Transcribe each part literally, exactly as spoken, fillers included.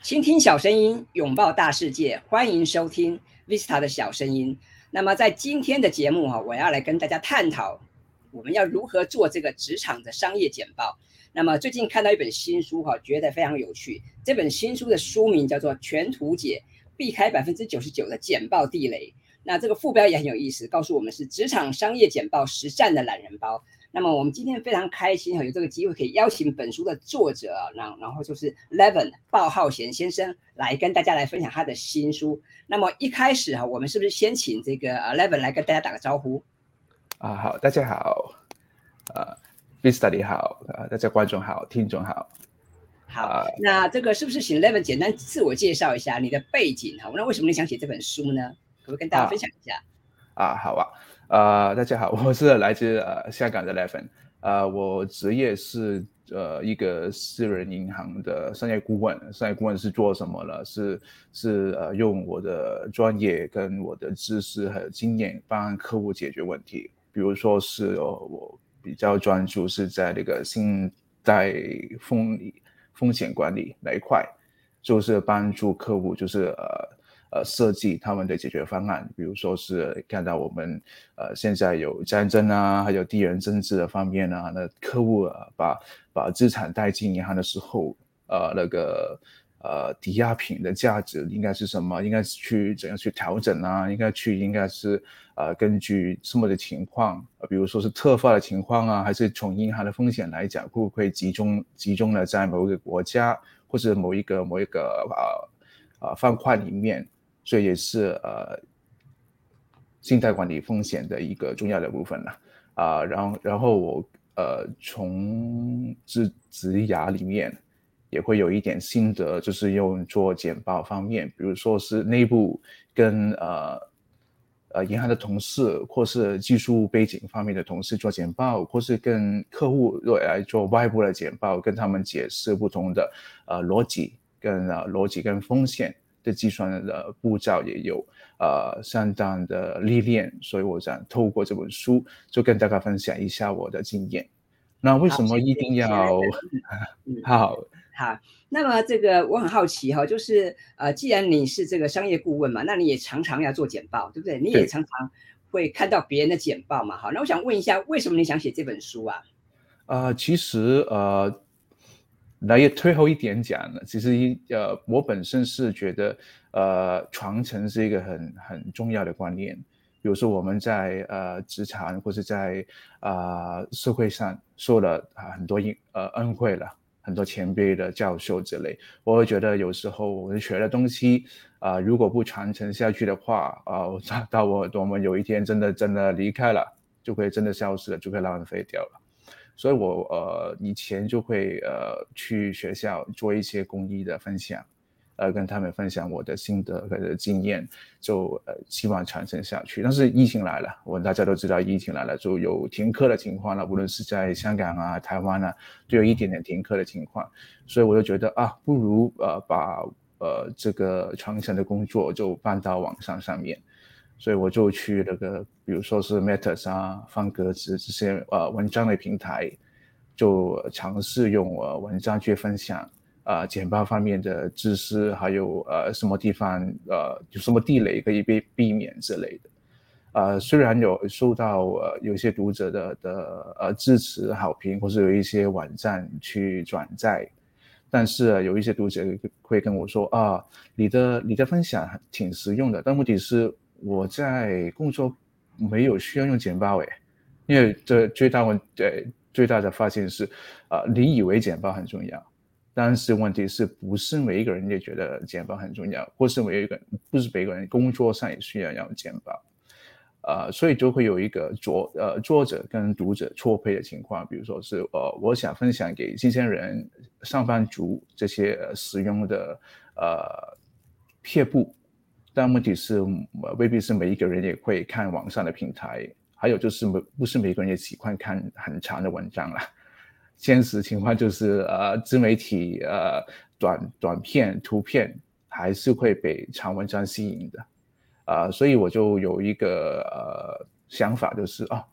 倾听小声音，拥抱大世界，欢迎收听 Vista 的小声音。那么在今天的节目哈，我要来跟大家探讨，我们要如何做这个职场的商业简报。那么最近看到一本新书哈，觉得非常有趣。这本新书的书名叫做《全图解：避开百分之九十九的简报地雷》。那这个副标也很有意思，告诉我们是职场商业简报实战的懒人包。那么我们今天非常开心有这个机会可以邀请本书的作者，然然后就是 Levin 鲍浩贤先生来跟大家来分享他的新书。那么一开始我们是不是先请这个 Levin 来跟大家打个招呼？ 啊，好，大家好，呃 ，Vista 你好，呃，大家观众好，听众好。 好，呃、那这个是不是请 Levin 简单自我介绍一下你的背景？好，那为什么你想写这本书呢？可不可以跟大家分享一下？ 啊，啊好啊。呃，大家好，我是来自呃香港的 Levin， 呃，我职业是呃一个私人银行的商业顾问。商业顾问是做什么呢？是是呃用我的专业跟我的知识还有经验帮客户解决问题。比如说是、呃、我比较专注是在那个信贷风风险管理那一块，就是帮助客户就是呃。呃，设计他们的解决方案，比如说是看到我们呃现在有战争啊，还有地缘政治的方面啊，那客户、啊、把把资产带进银行的时候，呃那个呃抵押品的价值应该是什么？应该是去怎样去调整啊？应该去应该是呃根据什么的情况，呃、比如说是特发的情况啊，还是从银行的风险来讲，会不会集中集中的在某一个国家或者某一个某一个呃呃方块里面？所以也是呃信贷管理风险的一个重要的部分了啊、呃。然后然后我呃从职职涯里面也会有一点心得，就是用做简报方面，比如说是内部跟呃呃银行的同事，或是技术背景方面的同事做简报，或是跟客户来做外部的简报，跟他们解释不同的呃逻辑跟呃逻辑跟风险的计算的步骤，也有呃相当的历练，所以我想透过这本书就跟大家分享一下我的经验。那为什么一定要好好？那么这个我很好奇哈，就是呃，既然你是这个商业顾问嘛，那你也常常要做简报，对不对？你也常常会看到别人的简报嘛，好，那我想问一下，为什么你想写这本书啊？ 呃，其实呃。来退后一点讲呢，其实呃，我本身是觉得，呃，传承是一个很很重要的观念。比如说我们在呃职场或者在啊、呃、社会上受了很多呃恩惠了，很多前辈的教授之类，我会觉得有时候我们学的东西啊、呃，如果不传承下去的话啊、呃，到我我们有一天真的真的离开了，就会真的消失了，就会浪费掉了。所以我呃以前就会呃去学校做一些公益的分享，呃跟他们分享我的心得和经验，就呃希望传承下去。但是疫情来了，我们大家都知道疫情来了，就有停课的情况了，无论是在香港啊、台湾啊，都有一点点停课的情况。所以我就觉得啊，不如呃把呃这个传承的工作就搬到网上上面。所以我就去那个，比如说是 Meta 啊、方格子这些呃文章的平台，就尝试用呃文章去分享呃简报方面的知识，还有呃什么地方呃有什么地雷可以被避免之类的。呃，虽然有受到呃有一些读者的的呃支持好评，或是有一些网站去转载，但是、啊、有一些读者会跟我说啊，你的你的分享挺实用的，但问题是我在工作没有需要用简报诶，因为这最大问对最大的发现是，呃，你以为简报很重要，但是问题是不是每一个人也觉得简报很重要，或是每一个不是每一个人工作上也需要用简报。呃，所以就会有一个作呃作者跟读者错配的情况，比如说是呃，我想分享给新鲜人、上班族这些、呃、使用的呃撇步，但问题是、呃、未必是每一个人也会看网上的平台，还有就是不是每个人也喜欢看很长的文章啦。现实情况就是呃，自媒体呃短短片、图片还是会被长文章吸引的。呃，所以我就有一个呃想法，就是啊，比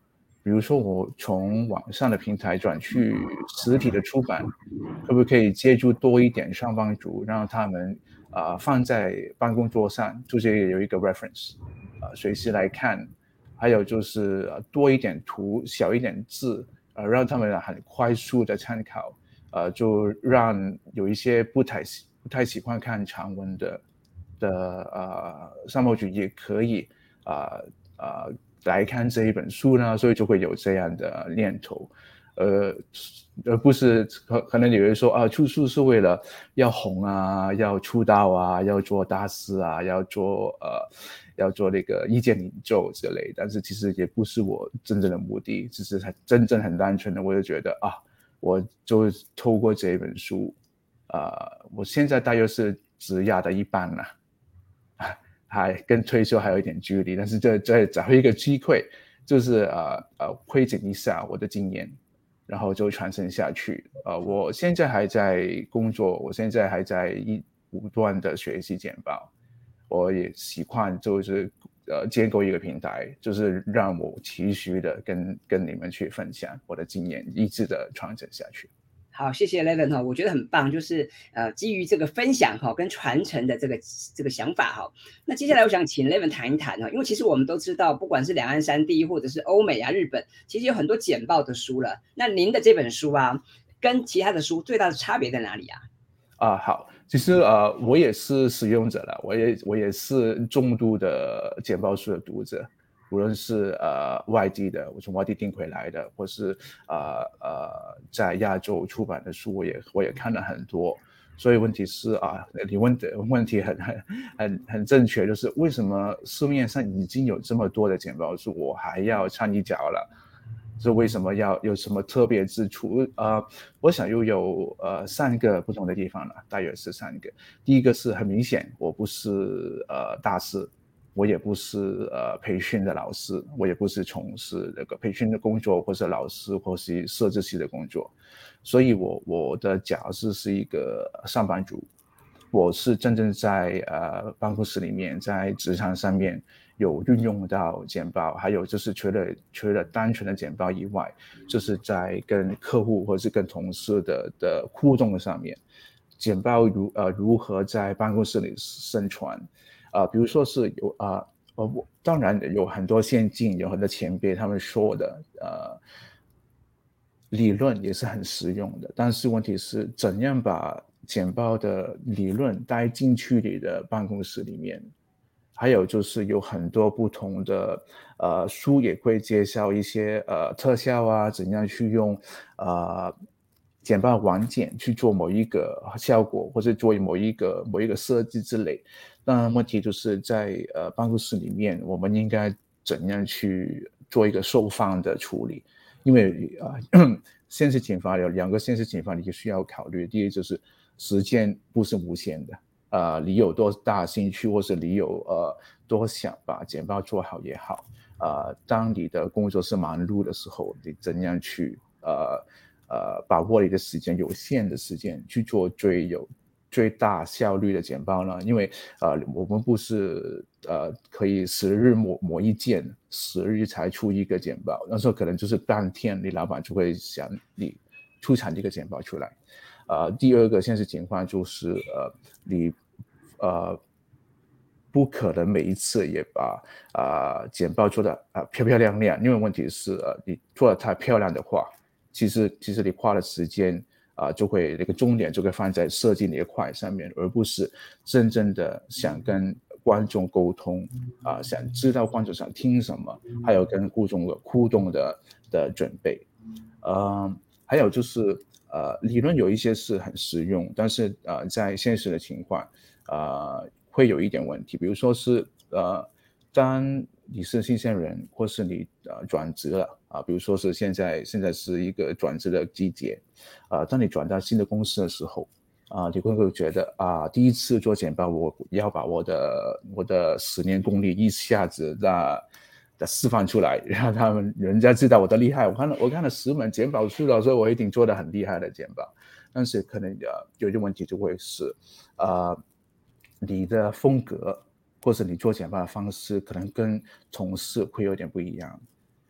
比如说我从网上的平台转去实体的出版，可不可以借助多一点上班族，让他们啊、呃、放在办公桌上，就是有一个 reference 啊、呃、随时来看，还有就是、呃、多一点图，少一点字，呃让他们很快速的参考，呃就让有一些不太不太喜欢看长文的的呃上班族也可以啊啊。呃呃来看这一本书呢，所以就会有这样的念头，呃，而不是可可能有人说啊，出书是为了要红啊，要出道啊，要做大师啊，要做呃，要做那个意见领袖之类，但是其实也不是我真正的目的，只是很真正很单纯的，我就觉得啊，我就透过这一本书，呃，我现在大约是职涯的一半了。还跟退休还有一点距离，但是这这找一个机会，就是呃呃汇整一下我的经验，然后就传承下去。呃，我现在还在工作，我现在还在一不断的学习简报，我也习惯就是呃建构一个平台，就是让我持续的跟跟你们去分享我的经验，一直的传承下去。 好，谢谢 Levin 哈，我觉得很棒，就是呃基于这个分享哈跟传承的这个这个想法哈。那接下来我想请 Levin 谈一谈哈，因为其实我们都知道，不管是两岸三地或者是欧美啊、日本，其实有很多简报的书了。那您的这本书啊，跟其他的书最大的差别在哪里啊？ 啊，好，其实呃，我也是使用者了，我也我也是重度的简报书的读者，无论是呃外地的，我从外地订回来的，或是呃呃在亚洲出版的书，我也我也看了很多。所以问题是啊，你问的问题很很很很正确，就是为什么市面上已经有这么多的简报书，我还要掺一脚了？是为什么要有什么特别之处？呃，我想又有呃三个不同的地方了，大约是三个。第一个是很明显，我不是呃大师，我也不是呃培训的老师，我也不是从事那个培训的工作，或是老师，或是设计系的工作，所以我我的假设是一个上班族。我是真正在呃办公室里面，在职场上面有运用到简报，还有就是除了除了单纯的简报以外，就是在跟客户或是跟同事的的互动上面，简报如呃如何在办公室里生存，啊、呃，比如说是有啊，呃，当然有很多先进，有很多前辈他们说的呃。理论也是很实用的，但是问题是怎样把简报的理论带进去你的办公室里面？还有就是有很多不同的呃书也会介绍一些呃特效啊，怎样去用呃简报软件去做某一个效果，或者做某一个某一个设计之类。但问题就是在呃办公室里面，我们应该怎样去做一个收放的处理？因为啊、呃，现实情况有两个现实情况你需要考虑。第一就是时间不是无限的，呃，你有多大兴趣，或是你有呃多想把简报做好也好，呃，当你的工作是忙碌的时候，你怎样去呃呃把握你的时间，有限的时间去做最有最大效率的简报呢？因为呃，我们不是呃可以十日磨磨一剑，十日才出一个简报，那时候可能就是当天你老板就会想你出产一个简报出来。呃，第二个现实情况就是呃你呃不可能每一次也把啊、呃、简报做的啊、呃、漂漂亮亮，因为问题是呃你做的太漂亮的话，其实其实你花的时间。啊、呃，就会那个重点就会放在设计那一块上面，而不是真正的想跟观众沟通啊、呃，想知道观众想听什么，还有跟观众的互动的的准备。呃，还有就是呃，理论有一些是很实用，但是呃，在现实的情况，呃，会有一点问题，比如说是呃，当你是新鲜人，或是你呃转职了啊，比如说是现在现在是一个转职的季节，啊，当你转到新的公司的时候，啊，你会不会觉得啊，第一次做简报，我要把我的我的十年功力一下子让的释放出来，让他们人家知道我的厉害。我看了我看了十本简报书了，所以我一定做的很厉害的简报。但是可能呃有一个问题就会是，呃，你的风格或者你做简报的方式可能跟同事会有点不一样。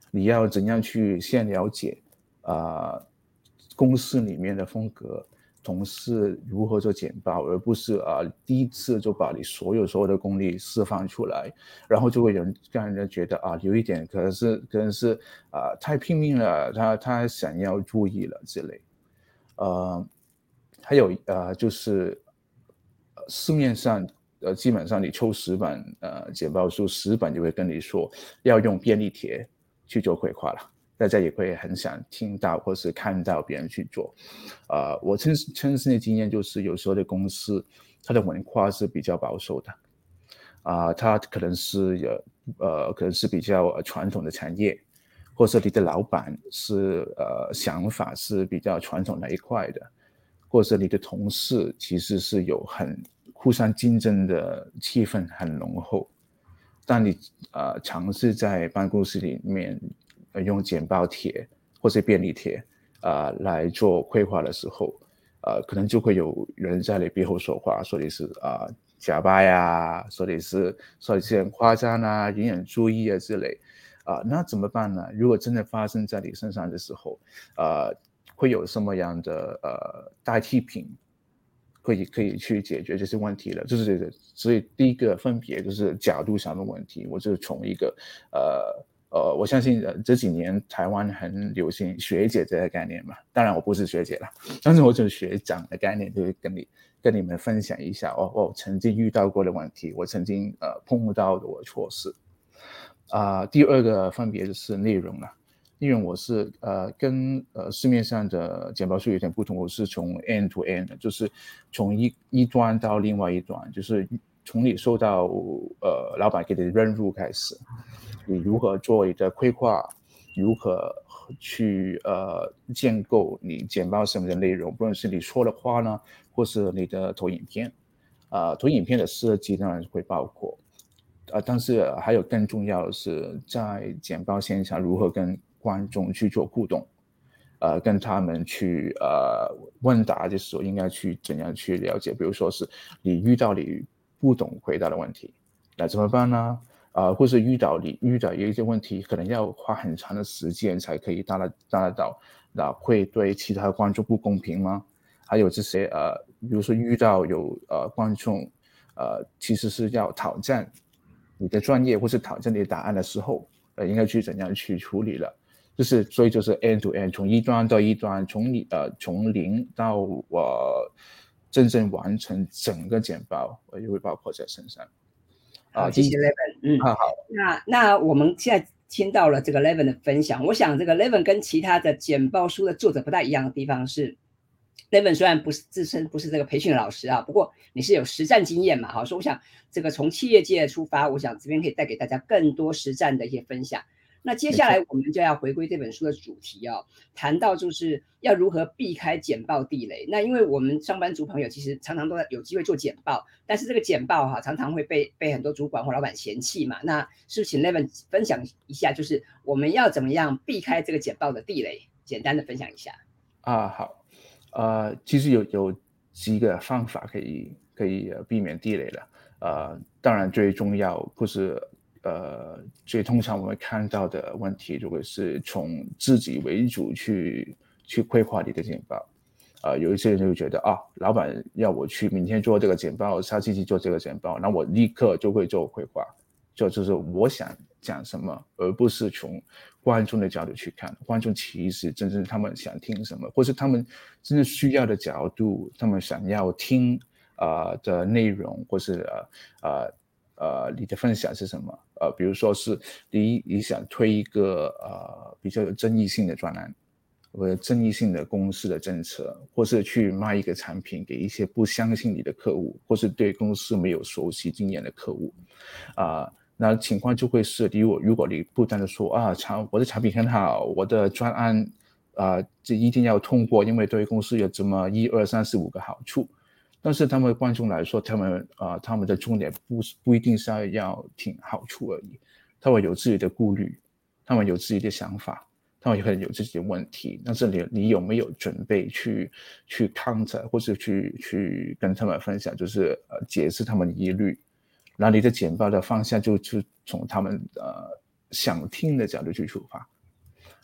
你要怎样去先了解啊、呃、公司里面的风格，同事如何做简报，而不是啊、呃、第一次就把你所有所有的功力释放出来，然后就会有人让人家觉得啊有一点可能是可能是啊、呃、太拼命了，他他想要注意了之类。呃，还有呃就是呃市面上呃基本上你抽十本呃简报书，十本就会跟你说要用便利贴去做规划了。大家也会很想听到或是看到别人去做。呃，我亲亲身的经验就是，有时候的公司它的文化是比较保守的，啊、呃，它可能是有呃可能是比较传统的产业，或者你的老板是呃想法是比较传统那一块的，或者你的同事其实是有很互相竞争的气氛很浓厚。当你呃尝试在办公室里面、呃、用简报贴或者便利贴啊、呃、来做规划的时候，呃，可能就会有人在你背后说话，说你是啊、呃、假掰啊，说你是说你是很夸张啊、引人注意啊之类啊、呃，那怎么办呢？如果真的发生在你身上的时候，呃，会有什么样的呃代替品？可以可以去解决这些问题了，就是这个，所以第一个分别就是角度上的问题。我就从一个呃呃，我相信这几年台湾很流行学姐这个概念嘛，当然我不是学姐了，但是我就是学长的概念，就是跟你跟你们分享一下哦，我曾经遇到过的问题，我曾经呃碰到的我错事。啊、呃，第二个分别就是内容了。因为我是呃跟呃市面上的简报书有点不同，我是从 end to end 的，就是从一一端到另外一端，就是从你收到呃老板给你的任务开始，你如何做你的规划，如何去呃建构你简报上面的内容，不论是你说的话呢，或是你的投影片，啊、呃、投影片的设计当然会包括。呃，但是还有更重要的是，在简报现场如何跟观众去做互动，呃，跟他们去呃问答的时候，应该去怎样去了解？比如说是你遇到你不懂回答的问题，那怎么办呢？啊、呃，或是遇到你遇到一些问题，可能要花很长的时间才可以答得答得到，那会对其他观众不公平吗？还有这些呃，比如说遇到有呃观众呃其实是要挑战你的专业或是挑战你的答案的时候，呃，应该去怎样去处理了？就是所以就是 end to end， 从一端到一端，从你呃从零到呃真正完成整个简报，呃，也会包括在身上。 好，谢谢 Levin。嗯， 好好， 那那我们现在听到了这个 Levin 的分享，我想这个 Levin 跟其他的简报书的作者不太一样的地方是，Levin 虽然不是自身不是这个培训老师啊，不过你是有实战经验嘛，好，所以我想这个从企业界出发，我想这边可以带给大家更多实战的一些分享。那接下来我们就要回归这本书的主题哦，谈到就是要如何避开简报地雷。那因为我们上班族朋友其实常常都有机会做简报，但是这个简报哈、啊、常常会被被很多主管或老板嫌弃嘛。那是不是请 Levin 分享一下，就是我们要怎么样避开这个简报的地雷？简单的分享一下。 啊，好，呃，其实有有几个方法可以可以避免地雷了。呃，当然最重要或是呃最通常我们看到的问题，如果是从自己为主去去规划你的简报。呃，有一些人就会觉得啊，老板要我去明天做这个简报，下星期做这个简报，那我立刻就会做规划，就就是我想讲什么，而不是从观众的角度去看。观众其实真正他们想听什么，或是他们真正需要的角度，他们想要听啊、呃、的内容，或是呃呃呃你的分享是什么？呃，比如说是你你想推一个呃比较有争议性的专栏。或者争议性的公司的政策，或是去卖一个产品给一些不相信你的客户，或是对公司没有熟悉经验的客户，啊、呃，那情况就会是，如果如果你不断的说啊，产我的产品很好，我的专案啊、呃，这一定要通过，因为对公司有这么一二三四五个好处，但是他们观众来说，他们啊、呃，他们的重点不不一定是要听好处而已，他们有自己的顾虑，他们有自己的想法。他们也可能有自己的问题，但是你你有没有准备去去 counter 或是去去跟他们分享，就是呃解释他们的疑虑，然后你的简报的方向就就从他们呃想听的角度去出发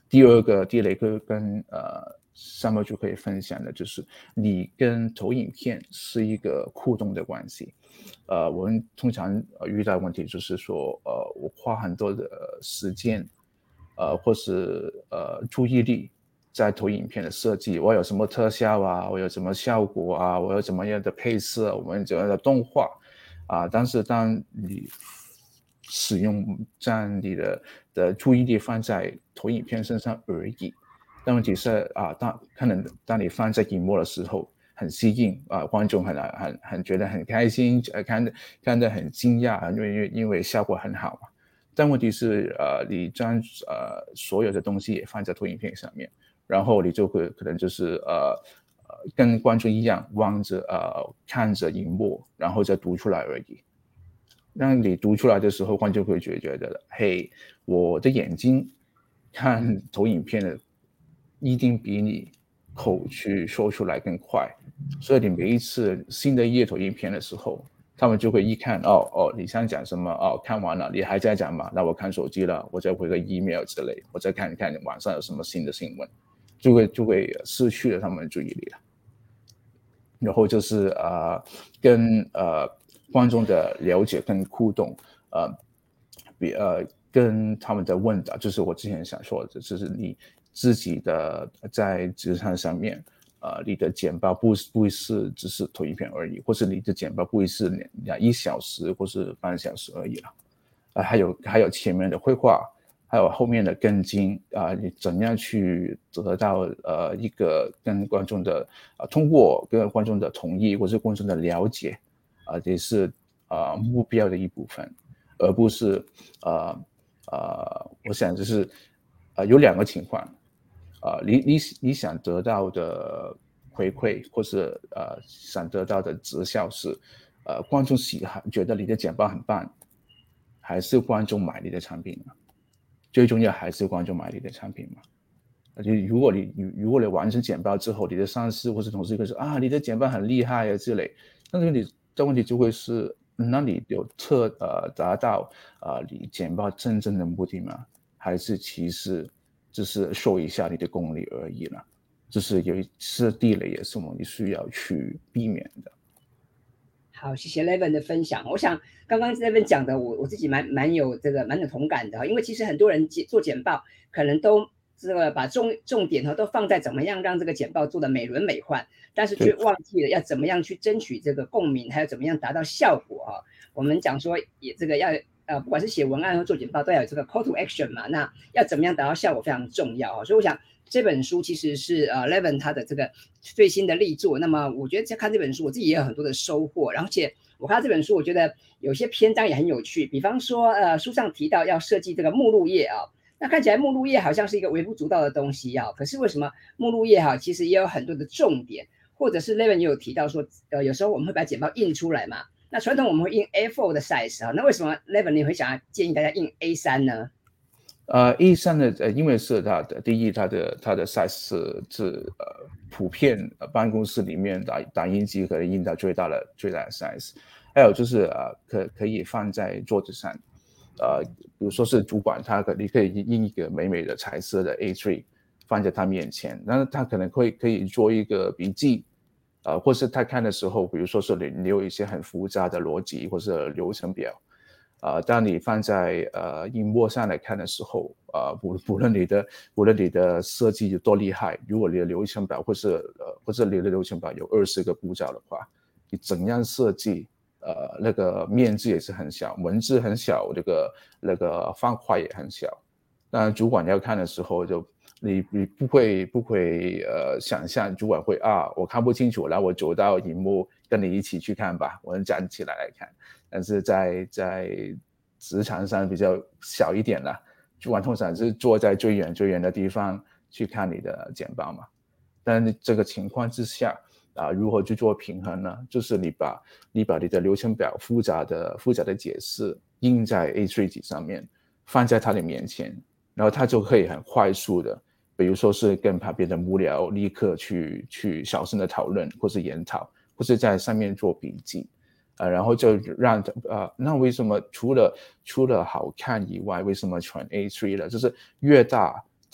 第二个第二个跟呃上面就可以分享的就是你跟投影片是一个互动的关系。呃，我们通常遇到的问题就是说，呃，我花很多的时间，呃，或是呃注意力在投影片的设计，我有什么特效啊，我有什么效果啊，我有怎么样的配色，我们怎么样的动画啊，但是当你使用将你的的注意力放在投影片身上而已。但问题是啊，当可能当你放在荧幕的时候，很吸引啊，观众很很很觉得很开心，呃，看得看得很惊讶，因为因为效果很好嘛。但问题是，呃，你将呃所有的东西也放在投影片上面，然后你就会可能就是呃呃跟观众一样望着呃看着荧幕，然后再读出来而已。让你读出来的时候，观众会觉得，嘿，我的眼睛看投影片的一定比你口去说出来更快，所以你每一次新的一页投影片的时候，他们就会一看，哦哦，你想讲什么？哦，看完了，你还在讲吗？那我看手机了，我再回个 email 之类，我再看一看网上有什么新的新闻，就会就会失去了他们的注意力了。然后就是呃跟呃观众的了解跟互动，呃比呃跟他们的问答，就是我之前想说的，就是你自己的在职场上面，呃你的简报不不会是只是投影片而已，或是你的简报不会是两一小时或是半小时而已了，呃还有还有前面的绘画。还有后面的跟进啊、呃，你怎样去得到呃一个跟观众的啊、呃，通过跟观众的同意或是观众的了解啊、呃，也是啊、呃、目标的一部分，而不是呃呃，我想就是呃有两个情况啊、呃，你你你想得到的回馈或是呃想得到的直效是呃观众喜欢觉得你的简报很棒，还是观众买你的产品呢？最重要还是观众买你的产品嘛。就如果你如果你完成简报之后，你的上司或是同事会说啊，你的简报很厉害啊之类，但是你这问题就会是，那你有测呃达到啊、呃、你简报真正的目的吗？还是其实只是秀一下你的功力而已呢？就是有一次地雷也是我们需要去避免的。 好，谢谢 Levin 的分享。我想刚刚 Levin 讲的，我我自己蛮蛮有这个蛮有同感的，因为其实很多人做简报，可能都这个把重重点呢都放在怎么样让这个简报做的美轮美奂，但是却忘记了要怎么样去争取这个共鸣，还有怎么样达到效果啊。我们讲说也这个要呃，不管是写文案或做简报，都要有这个 call to action 嘛，那要怎么样达到效果非常重要啊。所以我想这本书其实是呃 Levin 他的这个最新的力作。那么我觉得在看这本书，我自己也有很多的收获。而且我看到这本书，我觉得有些篇章也很有趣。比方说，呃，书上提到要设计这个目录页啊，那看起来目录页好像是一个微不足道的东西啊。可是为什么目录页哈，其实也有很多的重点，或者是 Levin 也有提到说，呃，有时候我们会把简报印出来嘛。那传统我们会印 A 四 的 size 啊，那为什么 Levin 你会想要建议大家印 A 三 呢？ 呃 ，A 三的呃，因为是它的第一，它的它的 size 是是呃普遍办公室里面打打印机可以印到最大的最大的 size， 还有就是呃可可以放在桌子上，呃，比如说是主管他可你可以印一个美美的彩色的 A 三 放在他面前，那他可能会可以做一个笔记，呃，或是他看的时候，比如说是你你有一些很复杂的逻辑或是流程表。呃，当你放在呃荧幕上来看的时候，呃，不不论你的不论你的设计有多厉害，如果你的流程表或是呃或者你的流程表有二十个步骤的话，你怎样设计，呃，那个面积也是很小，文字很小，那个那个方块也很小。当然，主管要看的时候就，你你不会不会呃想象主管会啊，我看不清楚，然后我走到荧幕跟你一起去看吧，我们站起来来看。但是在在职场上比较小一点啦，主管通常是坐在最远最远的地方去看你的简报嘛。但是这个情况之下啊，如何去做平衡呢？就是你把你把你的流程表复杂的复杂的解释印在 A 三 纸上面，放在他的面前，然后他就可以很快速的，比如说是跟旁边的幕僚立刻去去小声的讨论，或是研讨，或是在上面做笔记。呃，然后就让呃，那为什么除了除了好看以外，为什么选 A 三 了？就是越大，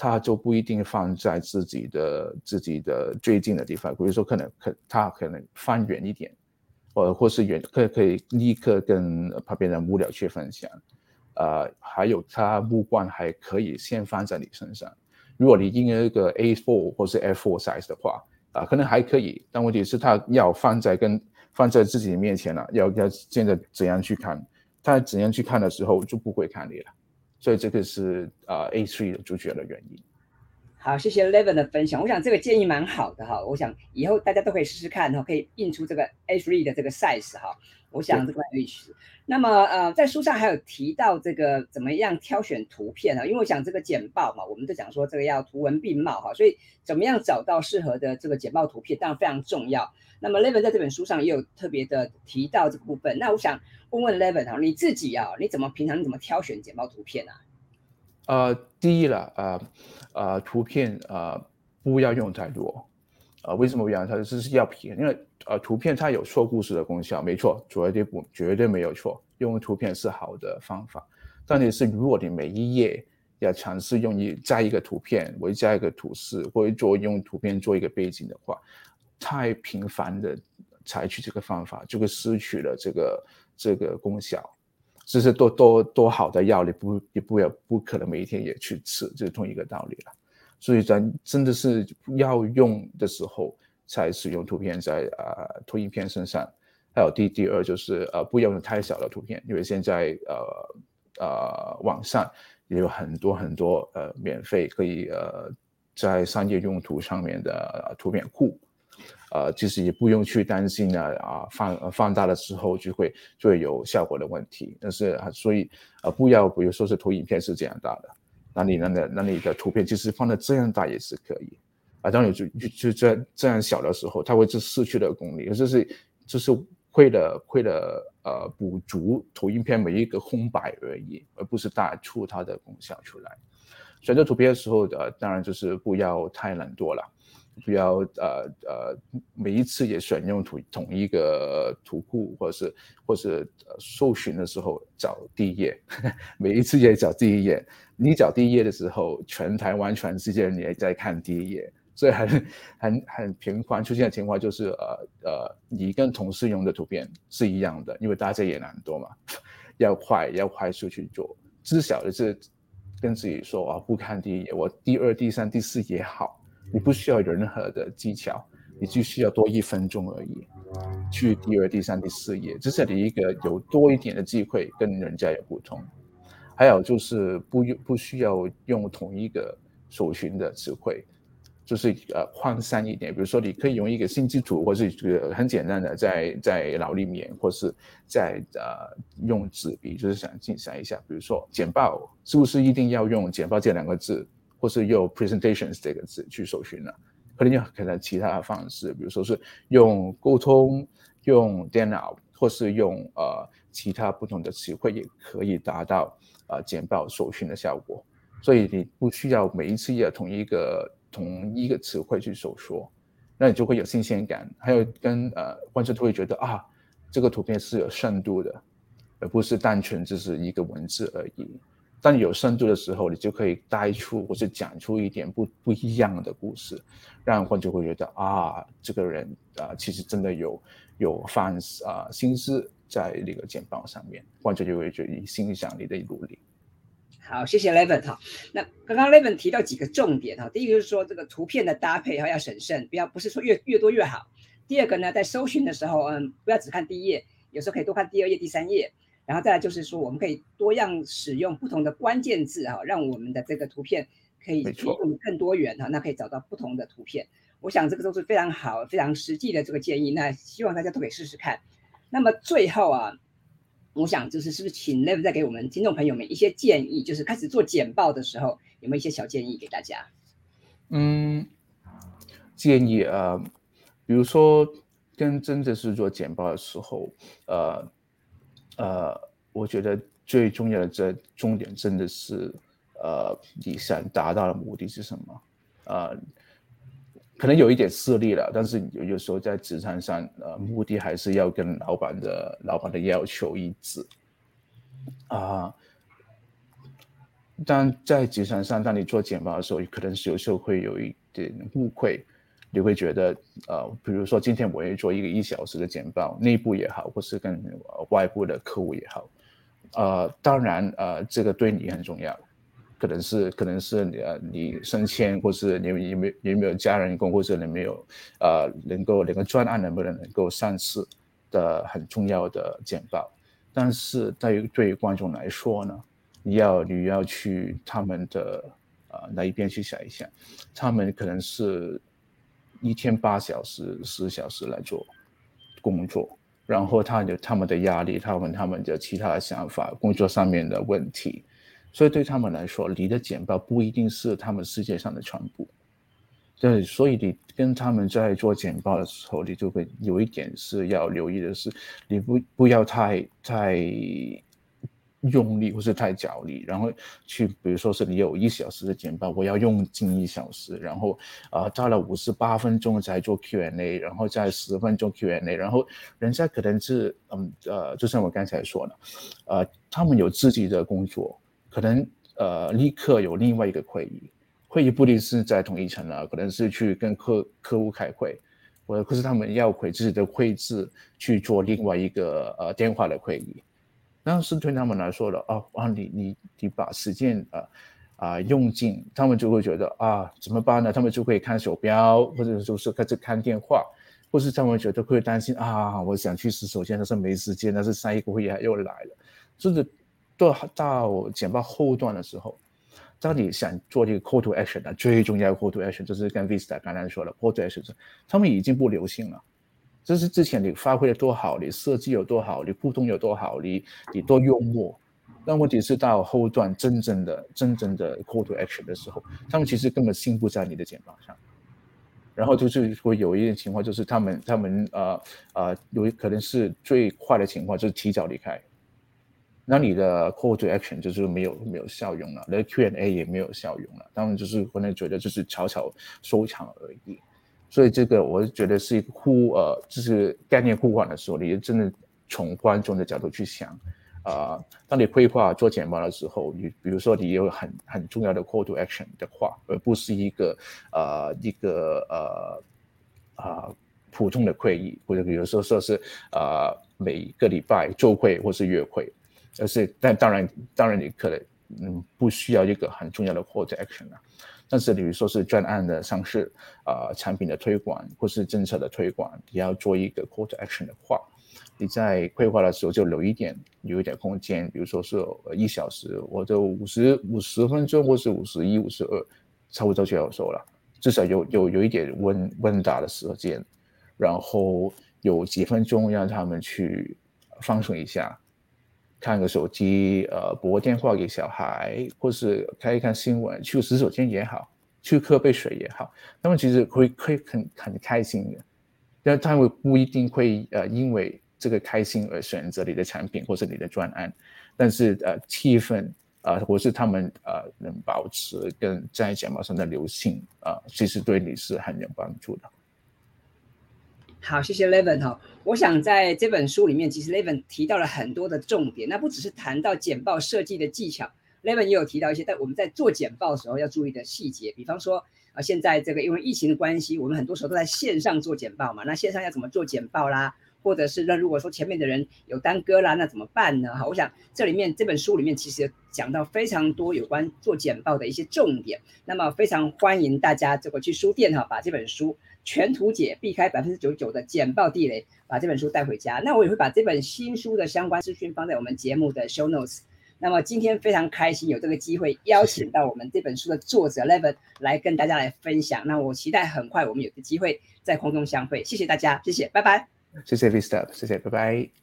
他就不一定放在自己的自己的最近的地方，比如说可能可他可能放远一点，或或是远可可以立刻跟旁边的幕僚去分享，呃，还有他目光还可以先放在你身上。如果你印一个 A 四 或是 A 四 size 的话，啊、呃，可能还可以，但问题是他要放在跟放在自己面前了、啊，要要现在怎样去看？他怎样去看的时候就不会看你了。所以这个是呃 A 三 的主角的原因。 好，谢谢 Levin 的分享。我想这个建议蛮好的哈，我想以后大家都可以试试看哈，可以印出这个 A 三 的这个 size 哈。我想这个蛮有意思。那么呃，在书上还有提到这个怎么样挑选图片啊？因为我想这个简报嘛，我们都讲说这个要图文并茂哈，所以怎么样找到适合的这个简报图片，当然非常重要。那么 Levin 在这本书上也有特别的提到这个部分。那我想问问 Levin 哈，你自己啊，你怎么平常你怎么挑选简报图片啊？ 呃，第一了，呃呃，图片呃不要用太多，呃，为什么不要？它就是要平，因为呃图片它有说故事的功效，没错，绝对不绝对没有错，用图片是好的方法。但你是如果你每一页要尝试用一加一个图片，或者加一个图示，或者做用图片做一个背景的话，太频繁的采取这个方法，就会失去了这个这个功效。这是多多多好的药，你不你不要不可能每一天也去吃，这是同一个道理了。所以咱真的是要用的时候才使用图片在呃投影片身上。还有第第二就是呃不要用太小的图片，因为现在呃呃网上也有很多很多呃免费可以呃在商业用途上面的、呃、图片库。呃，其实也不用去担心呢，啊，放放大的时候就会就会有效果的问题。但是啊，所以呃，不要比如说是投影片是这样大的，那你那那你的图片其实放的这样大也是可以。啊，当你就就就这这样小的时候，它会就失去了功力，就是就是为了为了呃补足投影片每一个空白而已，而不是打出它的功效出来。选择图片的时候，呃，当然就是不要太懒惰了。不要呃呃每一次也选用同同一个图库，或者是或是、呃、搜寻的时候找第一页，每一次也找第一页。你找第一页的时候，全台湾全世界人也在看第一页，所以很很很频繁出现的情况就是呃呃你跟同事用的图片是一样的，因为大家也懒惰嘛，要快要快速去做。知晓的是跟自己说啊，不看第一页，我第二、第三、第四也好。你不需要任何的技巧，你就需要多一分钟而已，去第二、第三、第四页，这是你一个有多一点的机会跟人家有互动。还有就是不不需要用同一个搜寻的词汇，就是呃扩散一点，比如说你可以用一个新基础，或是很简单的在在脑里面，或是在呃用纸笔，就是想想一下，比如说简报是不是一定要用简报这两个字？或是用 presentations 这个字去搜寻了，可能有可能其他的方式，比如说是用沟通、用电脑，或是用呃其他不同的词汇，也可以达到呃简报搜寻的效果。所以你不需要每一次也同一个同一个词汇去搜索，那你就会有新鲜感，还有跟呃观众都会觉得啊，这个图片是有深度的，而不是单纯只是一个文字而已。当你有深度的时候，你就可以带出或是讲出一点不不一样的故事，让观众会觉得啊，这个人啊、呃，其实真的有有放啊、呃、心思在那个简报上面，观众就会觉得欣赏你的努力。 好，谢谢 Levin 哈。那刚刚 Levin 提到几个重点哈，第一个就是说这个图片的搭配哈要审慎，不要不是说越越多越好。第二个呢，在搜寻的时候，嗯，不要只看第一页，有时候可以多看第二页、第三页。然后再来就是说，我们可以多样使用不同的关键字哈，让我们的这个图片可以离我们更多元哈，那可以找到不同的图片。我想这个都是非常好、非常实际的这个建议，那希望大家都可以试试看。那么最后啊。我想就是是不是请 Lev 再给我们听众朋友们一些建议，就是开始做简报的时候有没有一些小建议给大家？ 嗯，建议呃，比如说跟真的是做简报的时候，呃呃，我觉得最重要的这重点真的是呃你想达到的目的是什么？呃，可能有一点势利了，但是有有时候在职场上，呃，目的还是要跟老板的老板的要求一致啊。 但在职场上，当你做简报的时候，可能是有时候会有一点误会，你会觉得，呃，比如说今天我会做一个一小时的简报，内部也好，或是跟、呃、外部的客户也好，呃，当然，呃，这个对你很重要，可能是可能是呃你升迁，或是你有没有有没有加人工，或者你没有呃能够那个专案能不能能够上市的很重要的简报，但是对于对于观众来说呢？你要你要去他们的呃那一边去想一想，他们可能是一天八小时、十小时来做工作，然后他有他们的压力，他们他们的其他的想法，工作上面的问题，所以对他们来说，你的简报不一定是他们世界上的全部。对，所以你跟他们在做简报的时候，你就会有一点是要留意的是，你不不要太太用力或是太角力，然后去，比如说是你有一小时的简报，我要用尽一小时，然后啊、呃、到了五十八分钟才做 Q and A， 然后再十分钟 Q and A， 然后人家可能是嗯呃，就像我刚才说的，呃，他们有自己的工作，可能呃立刻有另外一个会议，会议不一定是在同一层了，可能是去跟客客户开会，或者是他们要回自己的会址去做另外一个呃电话的会议。那是对他们来说的哦，啊，你你你把时间啊啊、呃呃、用尽，他们就会觉得啊怎么办呢？他们就会看手表，或者就是开始看电话，或是他们觉得会担心啊，我想去洗手间，但是没时间，但是下一个会议又来了。甚至到到简报后段的时候，当你想做这个 call to action 的最重要的 call to action， 就是跟 Vista 刚才说的 call to action， 他们已经不流行了。这是之前你发挥的多好，你设计有多好，你互动有多好，你你多幽默。但问题是到后段真正的真正的 call to action 的时候，他们其实根本心不在你的简报上，然后就是会有一点情况，就是他们他们呃呃有可能是最坏的情况就是提早离开，那你的 call to action 就是没有没有效用了，你的 Q and A 也没有效用了，他们就是可能觉得就是草草收场而已。所以这个我觉得是一个互呃，就是概念互换的时候，你真的从观众的角度去想，啊、呃，当你规划做简报的时候，你比如说你有很很重要的 call to action 的话，而不是一个呃一个呃啊、呃、普通的会议，或者比如说说是呃每个礼拜周会或是月会，而是但当然当然你可能嗯不需要一个很重要的 call to action 啊。但是比如说是专案的上市啊、呃，产品的推广或是政策的推广，你要做一个 call to action 的话，你在规划的时候就留一点留一点空间，比如说是一小时或者五十五十分钟或是五十一五十二，差不多就要收了，至少有有有一点问问答的时间，然后有几分钟让他们去放松一下。看个手机，呃，拨电话给小孩，或是看一看新闻，去洗手间也好，去喝杯水也好，他们其实会会很很开心的，但他们不一定会呃因为这个开心而选择你的产品或是你的专案，但是呃气氛啊、呃，或是他们呃能保持跟在简报上的流行啊、呃，其实对你是很有帮助的。 好，谢谢 Levin 哈。我想在这本书里面，其实 Levin 提到了很多的重点，那不只是谈到简报设计的技巧 ，Levin 也有提到一些，但我们在做简报的时候要注意的细节，比方说啊，现在这个因为疫情的关系，我们很多时候都在线上做简报嘛，那线上要怎么做简报啦？或者是那如果说前面的人有耽搁啦，那怎么办呢？好，我想这里面这本书里面其实讲到非常多有关做简报的一些重点，那么非常欢迎大家这个去书店哈，把这本书全图解，避开百分之九十九的简报地雷，把这本书带回家。那我也会把这本新书的相关资讯放在我们节目的 show notes。那么今天非常开心有这个机会邀请到我们这本书的作者 Levin 来跟大家来分享。那我期待很快我们有个机会在空中相会，谢谢大家，谢谢，拜拜。 谢谢 Vista， 谢谢，拜拜。